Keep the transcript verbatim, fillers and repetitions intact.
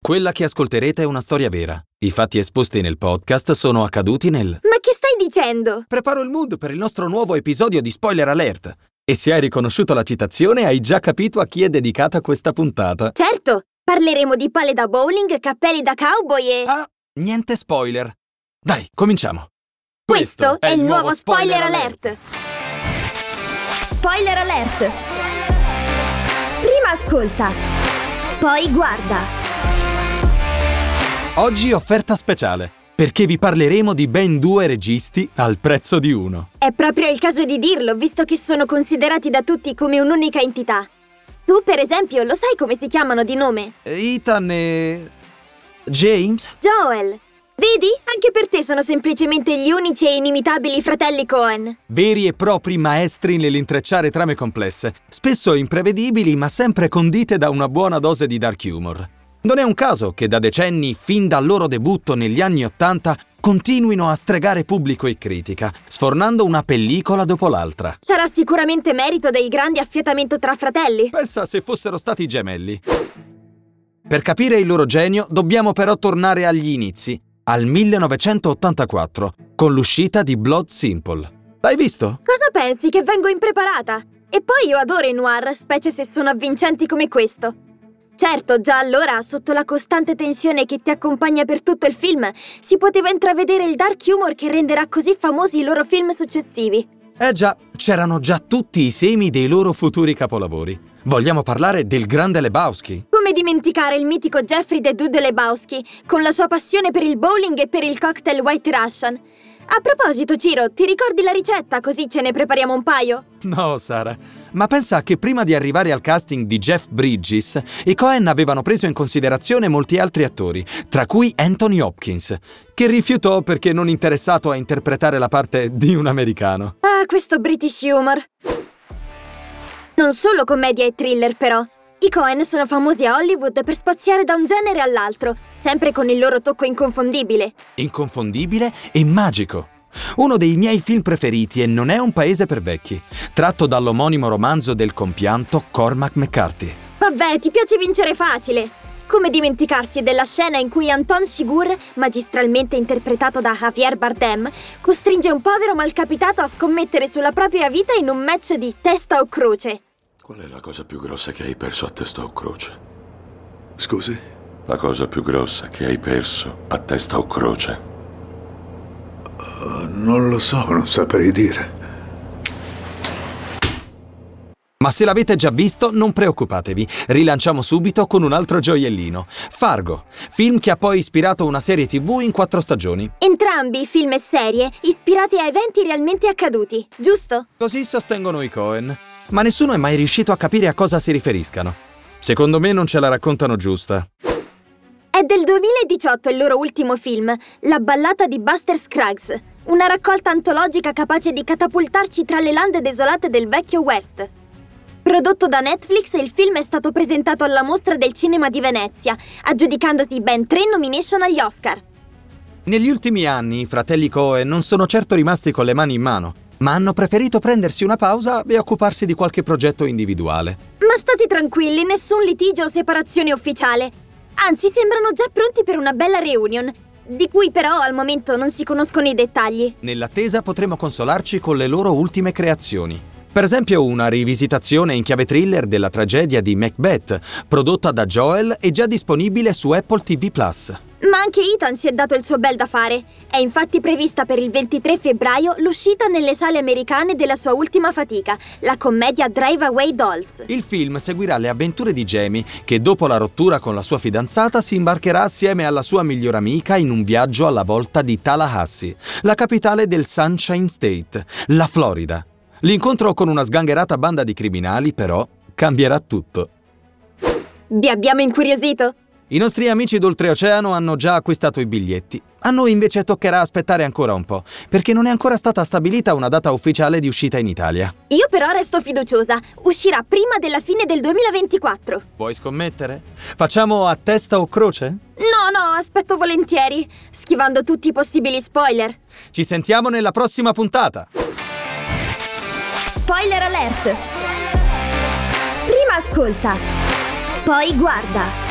Quella che ascolterete è una storia vera. I fatti esposti nel podcast sono accaduti nel... Ma che stai dicendo? Preparo il mood per il nostro nuovo episodio di Spoiler Alert. E se hai riconosciuto la citazione, hai già capito a chi è dedicata questa puntata. Certo, parleremo di palle da bowling, cappelli da cowboy e... Ah, niente spoiler. Dai, cominciamo. Questo, Questo è il nuovo Spoiler Alert. alert. Spoiler Alert. Prima ascolta, poi guarda. Oggi offerta speciale, perché vi parleremo di ben due registi al prezzo di uno. È proprio il caso di dirlo, visto che sono considerati da tutti come un'unica entità. Tu, per esempio, lo sai come si chiamano di nome? Ethan e... James? Joel. Vedi? Anche per te sono semplicemente gli unici e inimitabili fratelli Coen. Veri e propri maestri nell'intrecciare trame complesse, spesso imprevedibili ma sempre condite da una buona dose di dark humor. Non è un caso che da decenni, fin dal loro debutto negli anni Ottanta, continuino a stregare pubblico e critica, sfornando una pellicola dopo l'altra. Sarà sicuramente merito del grande affiatamento tra fratelli. Pensa se fossero stati gemelli. Per capire il loro genio, dobbiamo però tornare agli inizi, al millenovecentottantaquattro, con l'uscita di Blood Simple. L'hai visto? Cosa pensi, che vengo impreparata? E poi io adoro i noir, specie se sono avvincenti come questo. Certo, già allora, sotto la costante tensione che ti accompagna per tutto il film, si poteva intravedere il dark humor che renderà così famosi i loro film successivi. Eh già, c'erano già tutti i semi dei loro futuri capolavori. Vogliamo parlare del grande Lebowski? Come dimenticare il mitico Jeffrey the Dude Lebowski, con la sua passione per il bowling e per il cocktail White Russian. A proposito, Ciro, ti ricordi la ricetta, così ce ne prepariamo un paio? No, Sara, ma pensa che prima di arrivare al casting di Jeff Bridges, i Coen avevano preso in considerazione molti altri attori, tra cui Anthony Hopkins, che rifiutò perché non interessato a interpretare la parte di un americano. Ah, questo British humor! Non solo commedia e thriller, però. I Coen sono famosi a Hollywood per spaziare da un genere all'altro, sempre con il loro tocco inconfondibile. Inconfondibile e magico. Uno dei miei film preferiti è Non è un paese per vecchi, tratto dall'omonimo romanzo del compianto Cormac McCarthy. Vabbè, ti piace vincere facile. Come dimenticarsi della scena in cui Anton Chigurh, magistralmente interpretato da Javier Bardem, costringe un povero malcapitato a scommettere sulla propria vita in un match di testa o croce. Qual è la cosa più grossa che hai perso a testa o croce? Scusi? La cosa più grossa che hai perso a testa o croce? Uh, non lo so, non saprei dire. Ma se l'avete già visto, non preoccupatevi, rilanciamo subito con un altro gioiellino. Fargo, film che ha poi ispirato una serie tivù in quattro stagioni. Entrambi, film e serie, ispirati a eventi realmente accaduti, giusto? Così sostengono i Coen. Ma nessuno è mai riuscito a capire a cosa si riferiscano. Secondo me non ce la raccontano giusta. È del duemiladiciotto il loro ultimo film, La ballata di Buster Scruggs, una raccolta antologica capace di catapultarci tra le lande desolate del vecchio West. Prodotto da Netflix, il film è stato presentato alla Mostra del Cinema di Venezia, aggiudicandosi ben tre nomination agli Oscar. Negli ultimi anni i fratelli Coen non sono certo rimasti con le mani in mano, ma hanno preferito prendersi una pausa e occuparsi di qualche progetto individuale. Ma state tranquilli, nessun litigio o separazione ufficiale. Anzi, sembrano già pronti per una bella reunion, di cui però al momento non si conoscono i dettagli. Nell'attesa potremo consolarci con le loro ultime creazioni. Per esempio una rivisitazione in chiave thriller della tragedia di Macbeth, prodotta da Joel e già disponibile su Apple ti vu plus. Ma anche Ethan si è dato il suo bel da fare. È infatti prevista per il ventitré febbraio l'uscita nelle sale americane della sua ultima fatica, la commedia Drive Away Dolls. Il film seguirà le avventure di Jamie, che dopo la rottura con la sua fidanzata si imbarcherà assieme alla sua migliore amica in un viaggio alla volta di Tallahassee, la capitale del Sunshine State, la Florida. L'incontro con una sgangherata banda di criminali, però, cambierà tutto. Vi abbiamo incuriosito? I nostri amici d'oltreoceano hanno già acquistato i biglietti. A noi invece toccherà aspettare ancora un po', perché non è ancora stata stabilita una data ufficiale di uscita in Italia. Io però resto fiduciosa. Uscirà prima della fine del duemilaventiquattro. Vuoi scommettere? Facciamo a testa o croce? No, no, aspetto volentieri, schivando tutti i possibili spoiler. Ci sentiamo nella prossima puntata! Spoiler Alert! Prima ascolta, poi guarda.